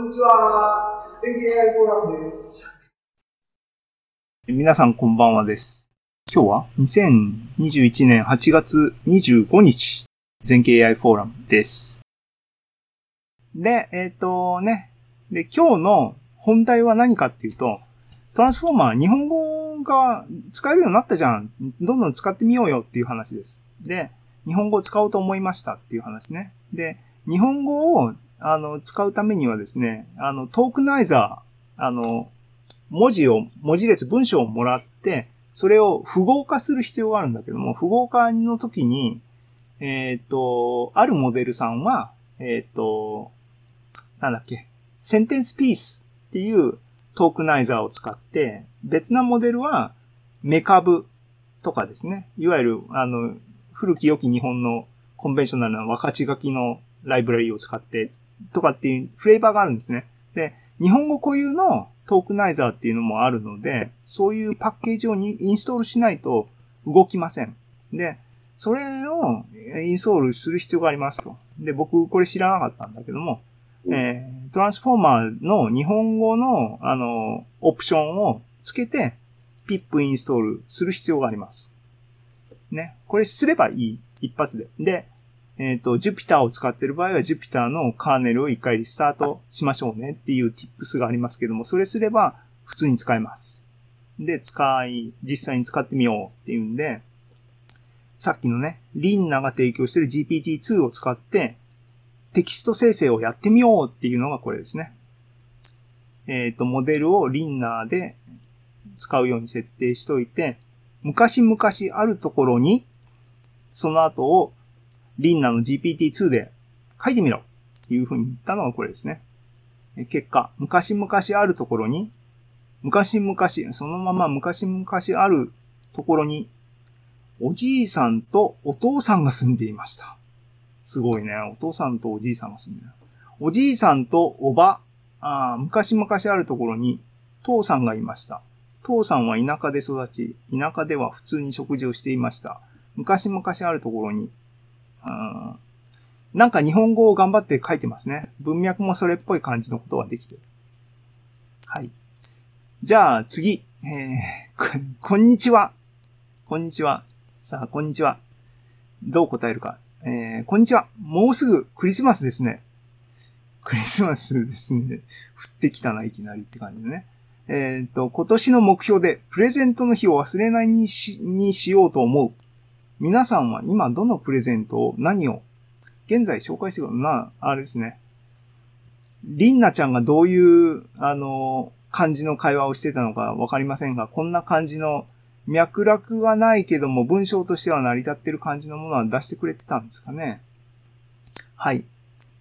にちは。全景 AI フォーラムです。 皆さんこんばんはです。今日は2021年8月25日、全景 AI フォーラムです。で、で、今日の本題は何かっていうと、トランスフォーマー、日本語が使えるようになったじゃん。どんどん使ってみようよっていう話です。で、日本語を使おうと思いましたっていう話ね。で、日本語を使うためにはですね、トークナイザー、文字列、文章をもらって、それを符号化する必要があるんだけども、符号化の時に、あるモデルさんは、なんだっけ、センテンスピースっていうトークナイザーを使って、別なモデルはメカブとかですね、いわゆる、古き良き日本のコンベンショナルな分かち書きのライブラリを使って、とかっていうフレーバーがあるんですね。で、日本語固有のトークナイザーっていうのもあるので、そういうパッケージをインストールしないと動きません。で、それをインストールする必要がありますと。で、僕これ知らなかったんだけども、トランスフォーマーの日本語の、オプションをつけて、ピップインストールする必要があります。ね。これすればいい。一発で。で、Jupyter を使っている場合は Jupyter のカーネルを一回リスタートしましょうねっていう tips がありますけども、それすれば普通に使えます。で、実際に使ってみようっていうんで、さっきのね、リンナが提供している GPT-2 を使って、テキスト生成をやってみようっていうのがこれですね。モデルをリンナーで使うように設定しといて、昔々あるところに、その後をリンナーの GPT-2 で書いてみろっていう風に言ったのがこれですね。結果、昔々あるところに、そのまま昔々あるところに、おじいさんとお父さんが住んでいました。すごいね。お父さんとおじいさんが住んでる。おじいさんと昔々あるところに、父さんがいました。父さんは田舎で育ち、田舎では普通に食事をしていました。昔々あるところに、なんか日本語を頑張って書いてますね。文脈もそれっぽい感じのことができてる。はい。じゃあ次、こんにちは。こんにちは。さあ、こんにちは。どう答えるか。こんにちは。もうすぐクリスマスですね。クリスマスですね。降ってきたな、いきなりって感じでね。今年の目標でプレゼントの日を忘れないにしようと思う。皆さんは今どのプレゼントを何を現在紹介してるのあれですね。リンナちゃんがどういう、感じの会話をしてたのかわかりませんが、こんな感じの脈絡はないけども文章としては成り立ってる感じのものは出してくれてたんですかね。はい。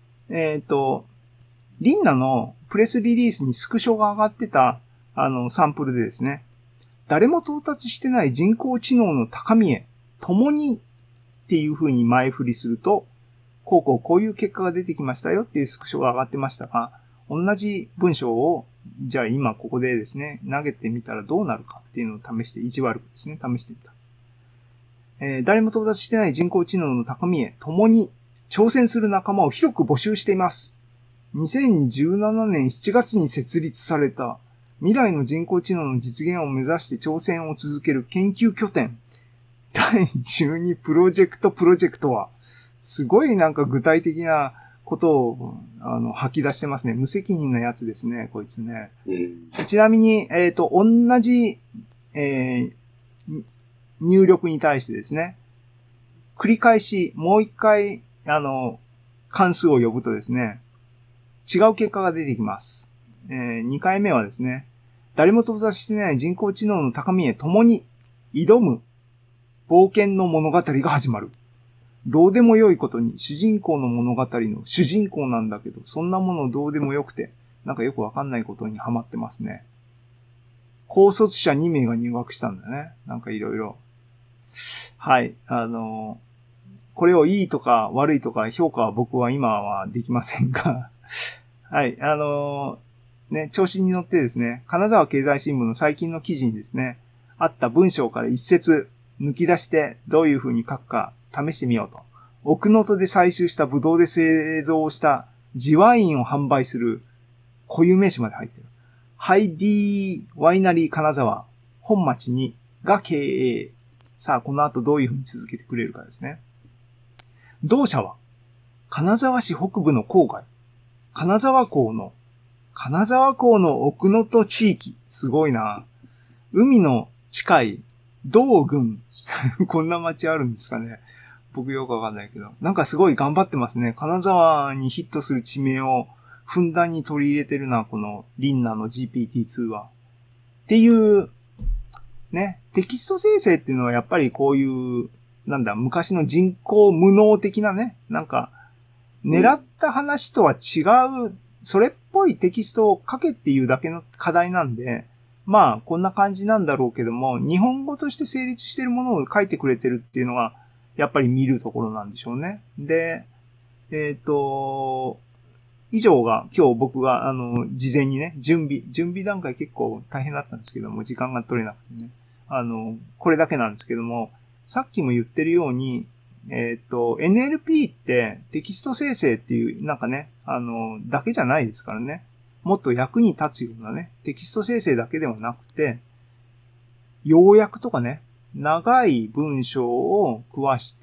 リンナのプレスリリースにスクショが上がってた、サンプルでですね、誰も到達してない人工知能の高みへ、共にっていう風に前振りすると、こういう結果が出てきましたよっていうスクショが上がってましたが、同じ文章を、じゃあ今ここでですね、投げてみたらどうなるかっていうのを試して、意地悪くですね、試してみた。誰も到達してない人工知能の高みへ、共に挑戦する仲間を広く募集しています。2017年7月に設立された未来の人工知能の実現を目指して挑戦を続ける研究拠点、第12プロジェクトは、すごいなんか具体的なことを、吐き出してますね。無責任なやつですね、こいつね。ちなみに、同じ、入力に対してですね、繰り返し、もう一回、関数を呼ぶとですね、違う結果が出てきます。2回目はですね、誰も到達してない人工知能の高みへ共に挑む冒険の物語が始まる。どうでもよいことに主人公の物語の主人公なんだけど、そんなものどうでもよくて、なんかよくわかんないことにハマってますね。高卒者2名が入学したんだね。なんかいろいろ。はい。これをいいとか悪いとか評価は僕は今はできませんが、はい。ね、調子に乗ってですね、金沢経済新聞の最近の記事にですね、あった文章から一節抜き出してどういう風に書くか試してみようと。奥能登で採集したブドウで製造した地ワインを販売する固有名詞まで入ってる。ハイディワイナリー金沢本町にが経営。さあ、この後どういうふうに続けてくれるかですね。同社は、金沢市北部の郊外、金沢港の奥能登地域。すごいな。海の近い道郡。こんな町あるんですかね。僕よくわかんないけど。なんかすごい頑張ってますね。金沢にヒットする地名をふんだんに取り入れてるな、このリンナの GPT-2 は。っていう、ね、テキスト生成っていうのはやっぱりこういう、なんだ、昔の人工無能的なね、なんか、狙った話とは違う、それっぽいテキストを書けっていうだけの課題なんで、まあ、こんな感じなんだろうけども、日本語として成立しているものを書いてくれてるっていうのは、やっぱり見るところなんでしょうね。で、以上が今日僕が事前にね、準備段階結構大変だったんですけども、時間が取れなくてね。これだけなんですけども、さっきも言ってるように、NLP ってテキスト生成っていう、なんかね、だけじゃないですからね。もっと役に立つようなね、テキスト生成だけではなくて、要約とかね、長い文章を食わして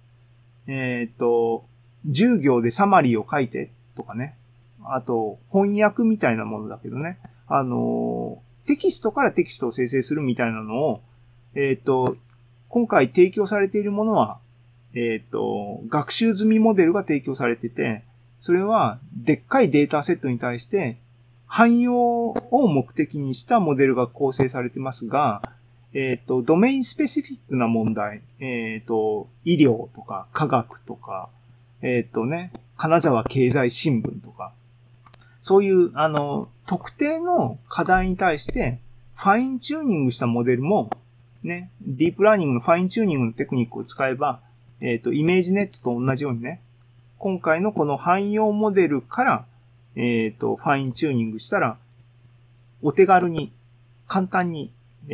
、10行でサマリーを書いてとかね。あと、翻訳みたいなものだけどね。テキストからテキストを生成するみたいなのを、今回提供されているものは、学習済みモデルが提供されてて、それは、でっかいデータセットに対して、汎用を目的にしたモデルが構成されてますが、ドメインスペシフィックな問題、医療とか科学とか、金沢経済新聞とか、そういう、特定の課題に対して、ファインチューニングしたモデルも、ね、ディープラーニングのファインチューニングのテクニックを使えば、イメージネットと同じようにね、今回のこの汎用モデルから、ファインチューニングしたら、お手軽に、簡単に、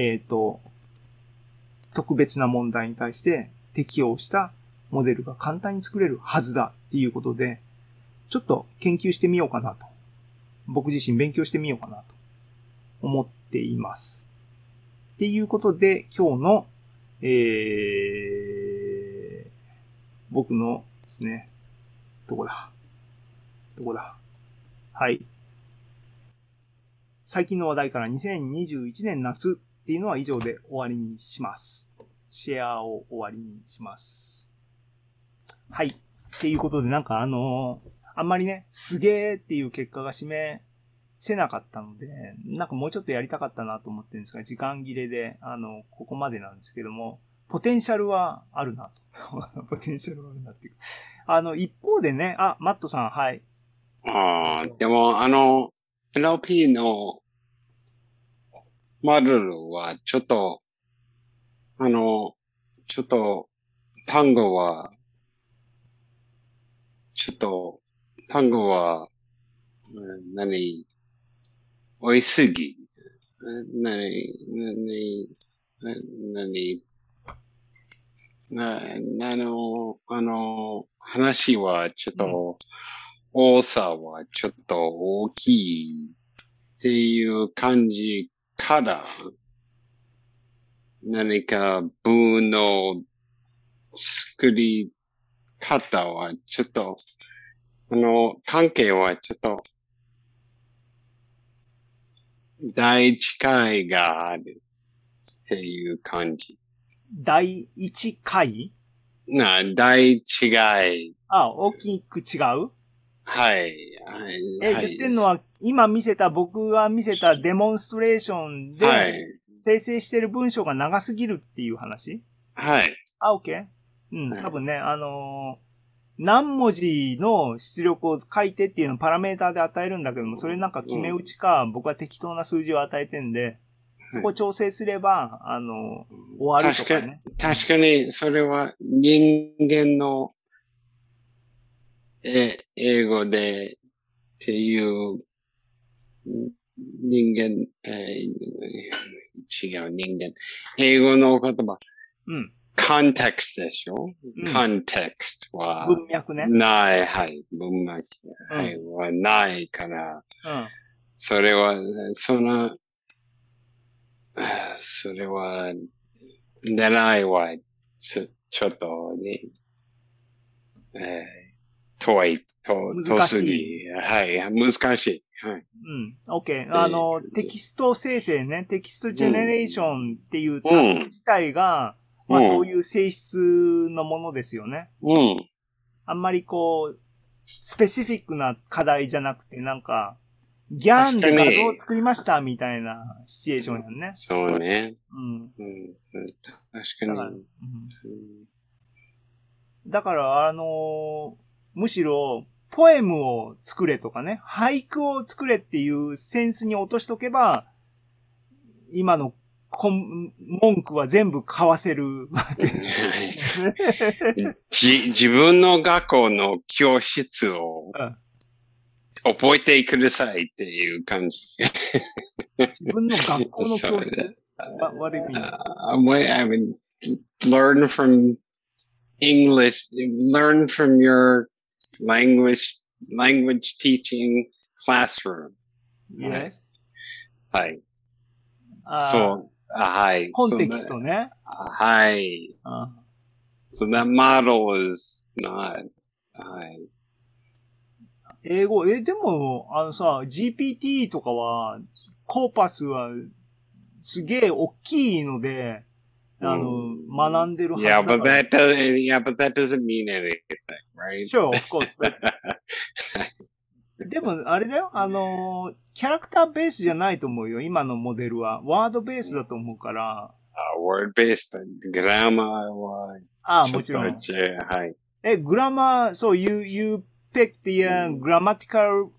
特別な問題に対して適用したモデルが簡単に作れるはずだっていうことで、ちょっと研究してみようかなと。僕自身勉強してみようかなと思っています。っていうことで、今日の、僕のですね、どこだはい。最近の話題から2021年夏っていうのは以上で終わりにします。シェアを終わりにします。はい。っていうことでなんかあんまりね、すげーっていう結果が示せなかったので、なんかもうちょっとやりたかったなと思ってるんですが、時間切れで、ここまでなんですけども、ポテンシャルはあるなと。ポテンシャルはあるなっていう。一方でね、マットさん、はい。 でも、NLP のモデルは、ちょっと、単語は、単語は、多いすぎ。何、何、話はちょっと、多さはちょっと大きいっていう感じから、何か文の作り方はちょっと、関係はちょっと、第一回があるっていう感じ。 第一回第一違い。 大きく違うはい。 言ってんのは、今僕が見せたデモンストレーションで、生成してる文章が長すぎるっていう話はい。 OK? 多分ね、何文字の出力を書いてっていうのをパラメーターで与えるんだけども、それなんか決め打ちか、僕は適当な数字を与えてんで、そこを調整すれば、終わるとかね。 確かに、それは人間の、英語でっていう人間、違う人間。英語の言葉。コンテクストでしょ、コンテクストは。 文脈ね。 ない、はい。文脈、はい、はないから。 それは、それは、狙いは、ちょっとね、えー遠い、遠難しすい。 ぎ。はい、難しい。はい。 うん。OK。 でテキスト生成ね、テキストうん、 ジェネレーションっていううん、 タスク自体が、まあそううん、 いう性質のものですよね。 うん。 あんまりこう、スペシフィックな課題じゃなくて、なんか、ギャ確ンで画像をかに、 作りましたみたいなシチュエーションやんね。 そうね。 うん。 うん、うん確かだから、 に。 だから、むしろ、ポエムを作れとかね、俳句を作れっていうセンスに落としとけば、今の文句は全部買わせるわけですね。 自分の学校の教室をうん覚えてくださいっていう感じ。 自分の学校のそう教室 what do you mean? I mean, learn from English, learn from your language, language teaching classroom. はい。 Yes. はい。 ああ、 そう。はい。 コンテキストね。 はい。 あ So that model is not, はい。 英語、でも、GPT とかは、コーパスはすげえ大きいので、学んでるは Yeah, ずだ but から。 that doesn't mean anything, right? Sure, of course, but でも、あれだよ。キャラクターベースじゃないと思うよ。今のモデルは。ワードベースだと思うから。 word-based, but grammar はああ、 ちょっともちろん。 はい。 グラマー、そう、you picked the grammatical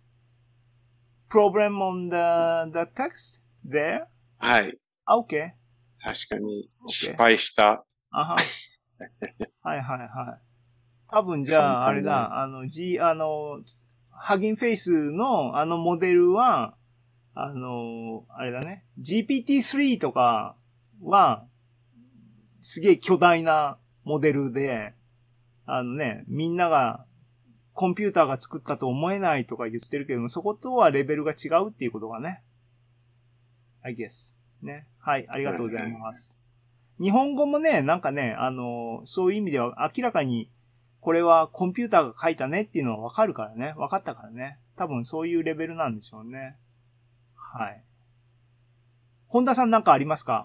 problem on the text there? はい。 Okay. 確かに失 Okay. 敗した。 あは。はいはいはい。多分じゃあ、あ簡単だ。 れだ、ハギンフェイスのあのモデルは、あれだね。GPT-3 とかは、すげえ巨大なモデルで、みんながコンピューターが作ったと思えないとか言ってるけども、そことはレベルが違うっていうことがね。I guess. ね。はい、ありがとうございます。日本語もね、なんかね、そういう意味では明らかに、これはコンピューターが書いたねっていうのはわかるからね。わかったからね。多分そういうレベルなんでしょうね。はい。本田さんなんかありますか？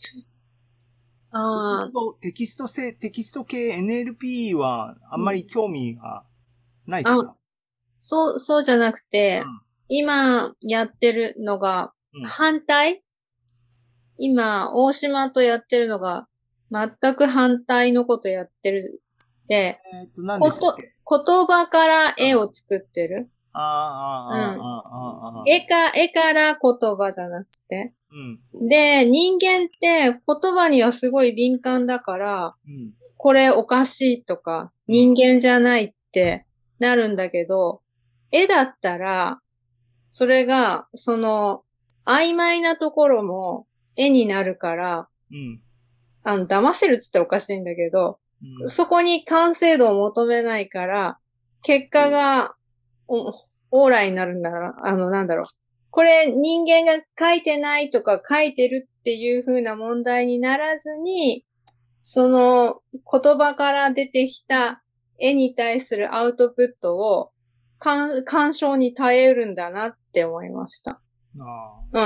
あテキスト系 NLP はあんまり興味がないですあ、 か？ そうじゃなくて、 う今やってるのがん。うん。 反対。今、大島とやってるのが全く反対のことやってる。で、 何でしたっけ？ 言葉から絵を作ってる。 ああ、ああ、あうん。 あ、ああ、ああ。 絵から言葉じゃなくて。 うん。 で、人間って言葉にはすごい敏感だから、 うん。 これおかしいとか、人間じゃないってなるんだけど、絵だったら、それが、曖昧なところも絵になるから、 うん。 騙せるって言ったらおかしいんだけど、 うん。 そこに完成度を求めないから、結果がオーライになるんだな、なんだろう。これ人間が書いてないとか書いてるっていう風な問題にならずに、その言葉から出てきた絵に対するアウトプットを鑑賞に耐えるんだなって思いました。 あうん。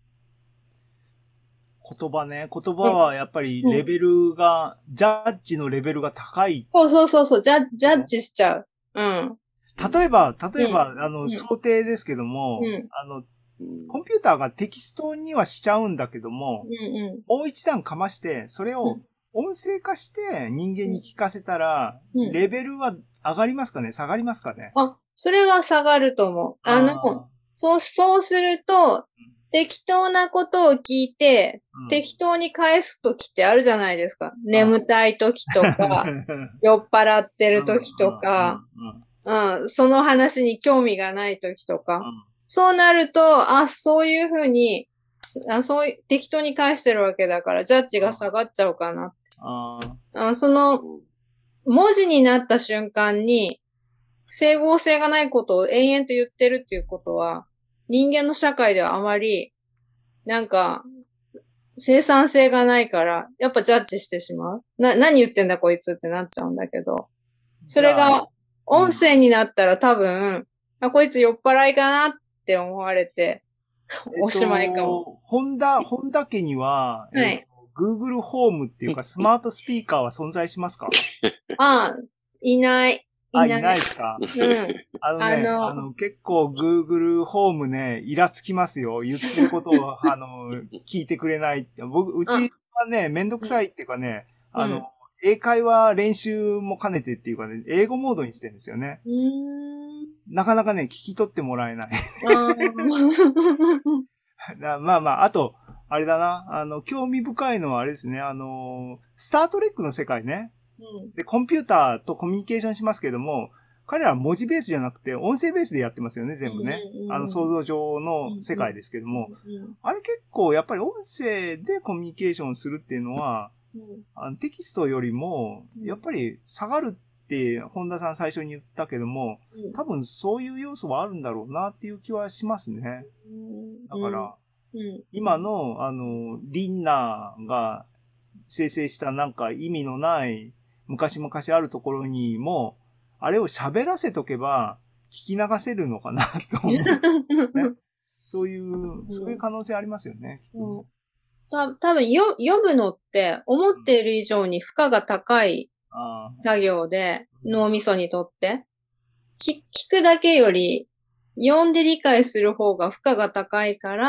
言葉ね。言葉はやっぱりレベルが、ジャッジのレベルが高い。 そう、ジャッジしちゃう。うん。 例えば、 ん想定ですけども、 うんコンピューターがテキストにはしちゃうんだけども、もう一段かまして、それを音声化して人間に聞かせたら、レベルは上がりますかね？下がりますかね？ それは下がると思う。そうすると、適当なことを聞いて、適当に返すときってあるじゃないですか。眠たいときとか、酔っ払ってるときとか、その話に興味がないときとか。そうなると、そういうふうに、適当に返してるわけだから、ジャッジが下がっちゃうかな。文字になった瞬間に、整合性がないことを延々と言ってるっていうことは、 人間の社会ではあまり、なんか、生産性がないから、やっぱジャッジしてしまう。何言ってんだこいつってなっちゃうんだけど、それが、音声になったら多分、こいつ酔っ払いかなって思われて、おしまいかも。 本田家には、 はい。 Google ホームっていうかスマートスピーカーは存在しますか？ いない。 いないですか？ うん。 結構 Google ホームね、イラつきますよ。言ってることを、聞いてくれないって。うちはね、めんどくさいっていうかね、英会話練習も兼ねてっていうかね、英語モードにしてるんですよね。なかなかね、聞き取ってもらえない。まあまあ、あと、あれだな、興味深いのはあれですね、スタートレックの世界ね。で、コンピューターとコミュニケーションしますけども、彼らは文字ベースじゃなくて、音声ベースでやってますよね、全部ね。想像上の世界ですけども、あれ結構やっぱり音声でコミュニケーションするっていうのは、テキストよりも、やっぱり下がるって本田さん最初に言ったけども、多分そういう要素はあるんだろうなっていう気はしますね。だから、今の、リンナーが生成したなんか意味のない昔々あるところにも、あれを喋らせとけば聞き流せるのかなと思う、ね。そういう可能性ありますよね。 多分読むのって思っている以上に負荷が高い作業で、脳みそにとって。聞くだけより読んで理解する方が負荷が高いから、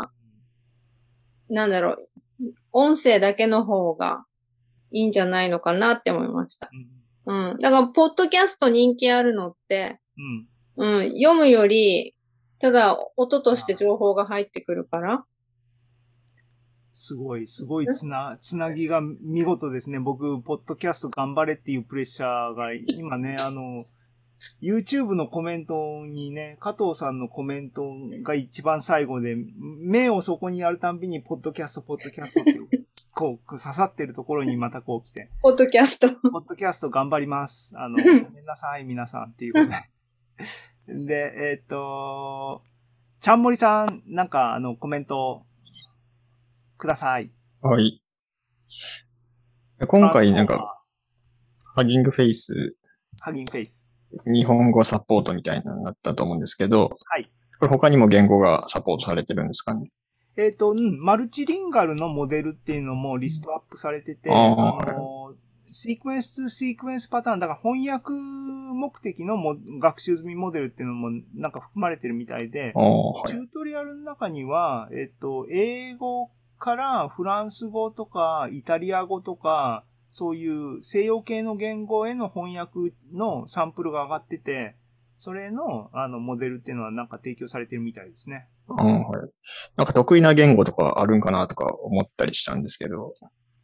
なんだろう、音声だけの方がいいんじゃないのかなって思いました。だから、ポッドキャスト人気あるのって、読むより、ただ音として情報が入ってくるから。 すごいつなぎが見事ですね。僕、ポッドキャスト頑張れっていうプレッシャーが、今ね、YouTube のコメントにね、加藤さんのコメントが一番最後で、目をそこにやるたんびに、ポッドキャストって、こう、刺さってるところにまたこう来て。 ポッドキャスト頑張ります。ごめんなさい、皆さんっていうことで。で、ちゃんもりさん、なんか、コメント、ください。 はい。今回なんか、ハギングフェイス。日本語サポートみたいなのになったと思うんですけど、 はい。 これ他にも言語がサポートされてるんですかね？ マルチリンガルのモデルっていうのもリストアップされてて、シークエンス2シークエンスパターン、だから翻訳目的の学習済みモデルっていうのもなんか含まれてるみたいで、チュートリアルの中には、英語からフランス語とかイタリア語とか、そういう西洋系の言語への翻訳のサンプルが上がってて、それのモデルっていうのはなんか提供されてるみたいですね。 はい。なんか得意な言語とかあるんかなとか思ったりしたんですけど。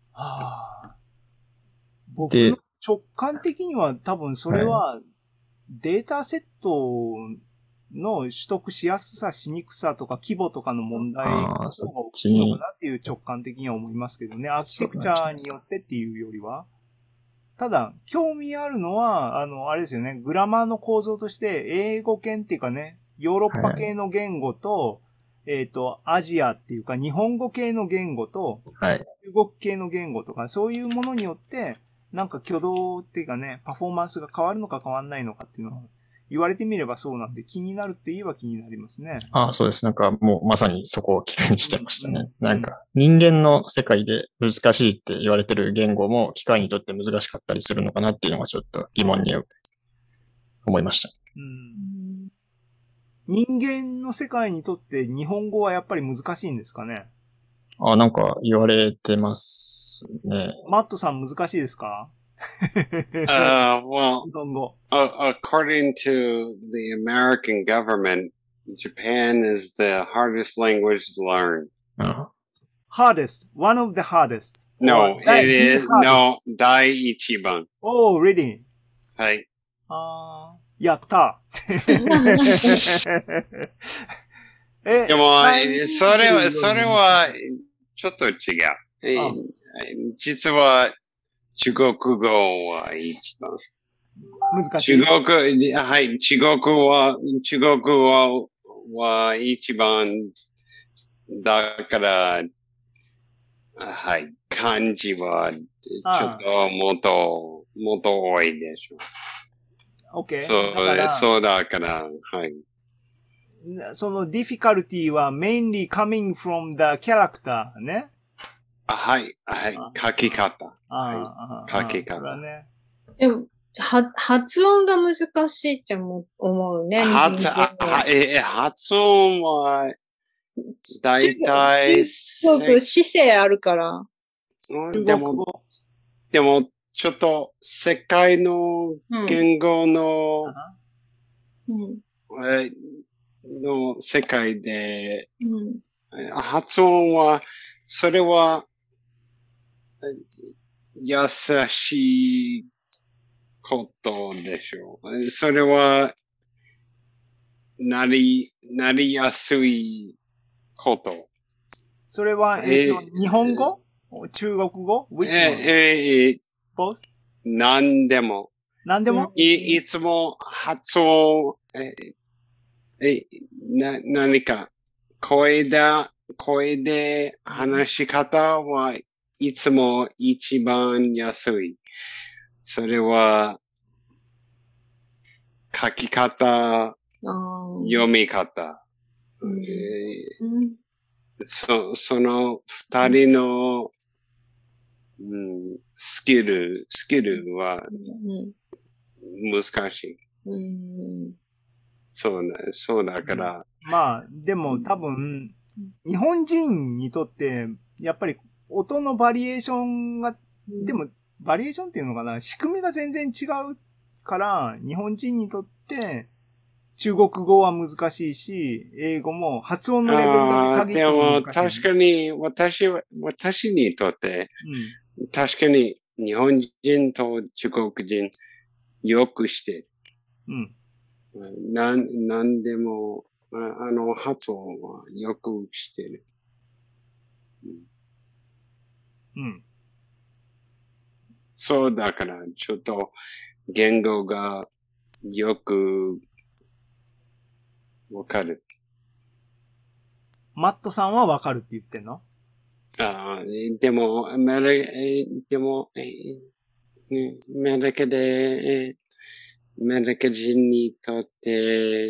僕の直感的には多分それはデータセットの取得しやすさ、しにくさとか規模とかの問題が大きいのかなっていう直感的には思いますけどね。アーキテクチャによってっていうよりは。ただ、興味あるのは、あれですよね。グラマーの構造として、英語圏っていうかね、ヨーロッパ系の言語と、アジアっていうか、日本語系の言語と、中国系の言語とか、そういうものによって、なんか挙動っていうかね、パフォーマンスが変わるのか変わんないのかっていうのは、言われてみればそうなんで、気になるって言えば気になりますね。 そうです。なんかもうまさにそこを気にしてましたね。なんか人間の世界で難しいって言われてる言語も機械にとって難しかったりするのかなっていうのがちょっと疑問に思いました。 人間の世界にとって日本語はやっぱり難しいんですかね？ なんか言われてますね。 マットさん難しいですか ？Well, according to the American government, Japan is the hardest language to learn. Hardest, one of the hardest. No, it is, no, 第一番。 Oh, really? はい。 やった。 でも、それは、ちょっと違う。実は、中国語は一番。 難しい。 中国語は一番、だから、はい、漢字はちょっともっと多いでしょう。 OK。 そうだから、はい。 その difficulty は mainly coming from the character ね。 はい、はい、書き方。はい、書き方。 それはね。 でも、発音が難しいって思うね。 発音は、だいたい、 姿勢あるから。 でも、ちょっと世界の言語の、の世界で、発音は、それは、優しいことでしょう。それは、なりやすいこと。 それは、日本語中国語 ?Which one?Both? 何でも。 何でもいつも発音、何か、声で話し方はいつも一番安い。それは、書き方、読み方。その二人の、スキルは難しい。そうだから。 まあ、でも多分、日本人にとって、やっぱり音のバリエーションが、でも、バリエーションっていうのかな、仕組みが全然違うから、日本人にとって、中国語は難しいし、英語も発音のレベルだけ限っても難しい。 でも確かに私にとって、確かに日本人と中国人よくしてる。なんでも、発音はよくしてる。そうだから、ちょっと言語がよくわかる。 マットさんはわかるって言ってんの？ でも、アメリカ人にとって、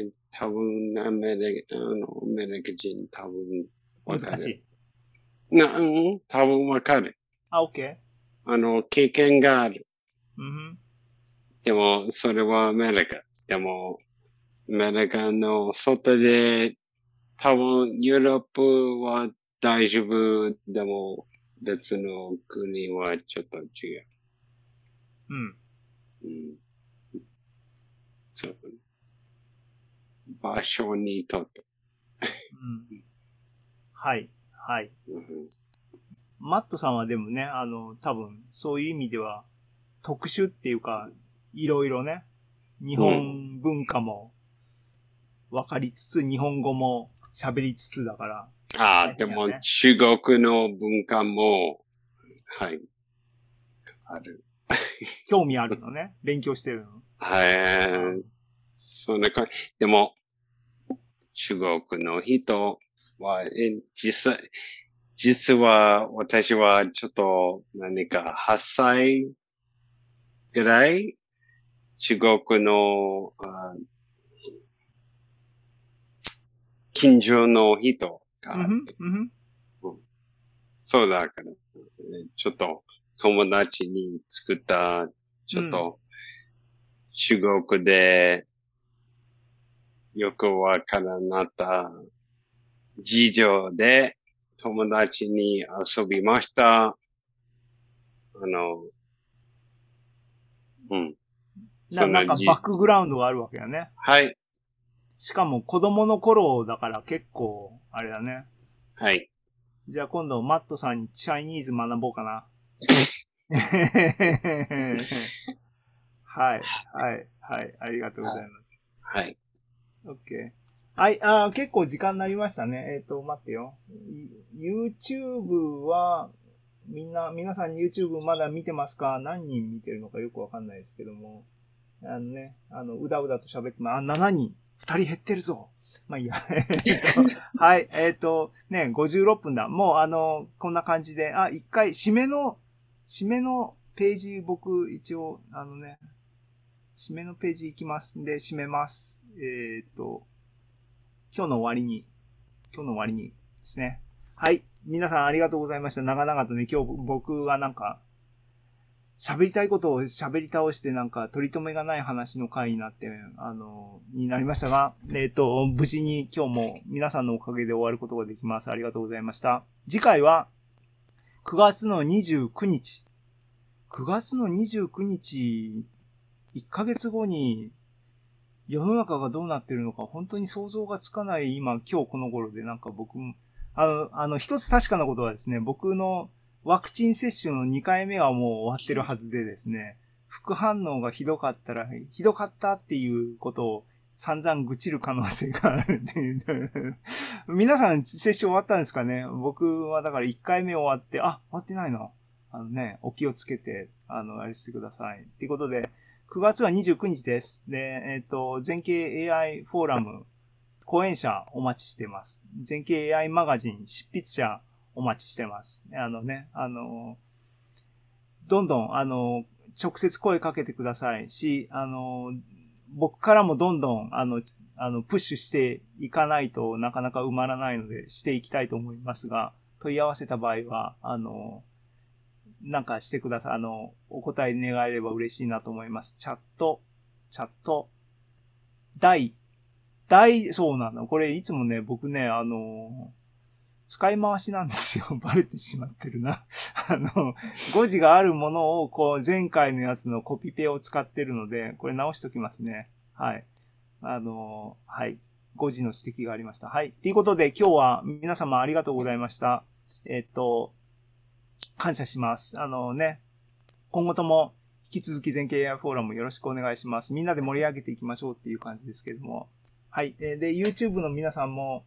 多分アメリカ人多分わかる。 難しい。 多分わかる。 OK。 経験がある。でも、それはアメリカ。でも、アメリカの外で、多分ユーロップは大丈夫。でも、別の国はちょっと違う。そう。場所にとって。 はい。はい。マットさんはでもね、多分、そういう意味では、特殊っていうか、いろいろね、日本文化も分かりつつ、日本語も喋りつつだから、 でも中国の文化も、はい、ある。 興味あるのね。勉強してるの。 はい。そんな感じ。でも、中国の人は、実は私はちょっと何か8歳ぐらい中国の近所の人が、そうだから、ちょっと友達に作った、ちょっと中国でよくわからなかった事情で友達に遊びました。 なんかバックグラウンドがあるわけだね。 はい。 しかも子供の頃だから結構、あれだね。 はい。 じゃあ今度マットさんにチャイニーズ学ぼうかな。はい、はい、はい、ありがとうございます。 はい。 OK。はい、結構時間になりましたね。待ってよ。YouTube は、皆さん YouTube まだ見てますか？何人見てるのかよくわかんないですけども。うだうだと喋って7人。2人減ってるぞ。 まあいいや。はい。ね、56分だ。もうこんな感じで、一回、締めのページ、僕、一応、締めのページ行きますんで、締めます。今日の終わりにですね。はい。皆さんありがとうございました。長々とね、今日僕はなんか、喋りたいことを喋り倒してなんか取り留めがない話の回になって、になりましたが、無事に今日も皆さんのおかげで終わることができます。ありがとうございました。次回は9月の29日。9月の29日、1ヶ月後に世の中がどうなってるのか本当に想像がつかない今日この頃でなんか僕も、一つ確かなことはですね、僕のワクチン接種の2回目はもう終わってるはずでですね、副反応がひどかったっていうことを散々愚痴る可能性があるっていう。皆さん接種終わったんですかね。僕はだから1回目終わって、終わってないな。お気をつけて、あれしてください。ということで、9月は29日です。で、全景 AI フォーラム、講演者お待ちしてます。全景 AI マガジン執筆者お待ちしてます。どんどん、直接声かけてくださいし、僕からもどんどん、プッシュしていかないとなかなか埋まらないので、していきたいと思いますが、問い合わせた場合は、なんかしてください。お答え願えれば嬉しいなと思います。チャット、そうなの。これいつもね、僕ね、使い回しなんですよ。バレてしまってるな。誤字があるものを、前回のやつのコピペを使ってるので、これ直しときますね。はい。はい。誤字の指摘がありました。はい。ということで、今日は皆様ありがとうございました。感謝します。今後とも引き続き全景 AI フォーラムよろしくお願いします。みんなで盛り上げていきましょうっていう感じですけれども。はい。で、YouTube の皆さんも、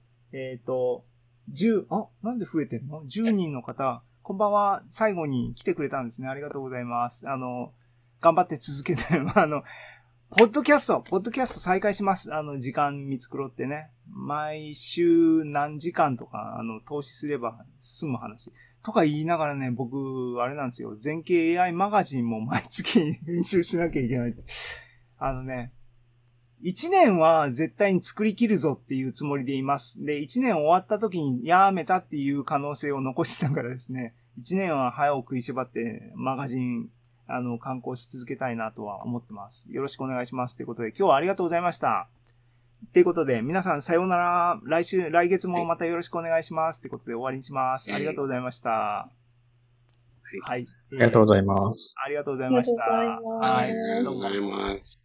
なんで増えてんの ?10 人の方、こんばんは。最後に来てくれたんですね。ありがとうございます。頑張って続けて、ポッドキャスト再開します。時間見繕ってね。毎週何時間とか、投資すれば済む話。とか言いながらね、僕、あれなんですよ。全景 AI マガジンも毎月編集しなきゃいけない。1年は絶対に作り切るぞっていうつもりでいます。で、1年終わった時にやめたっていう可能性を残しながらですね、1年は早を食いしばってマガジン、刊行し続けたいなとは思ってます。よろしくお願いします。ということで、今日はありがとうございました。ということで、皆さんさようなら。来月もまたよろしくお願いします。ということで終わりにします。ありがとうございました。はい。 ありがとうございます。 ありがとうございました。 ありがとうございます。 はい。どうも。 ありがとうございます。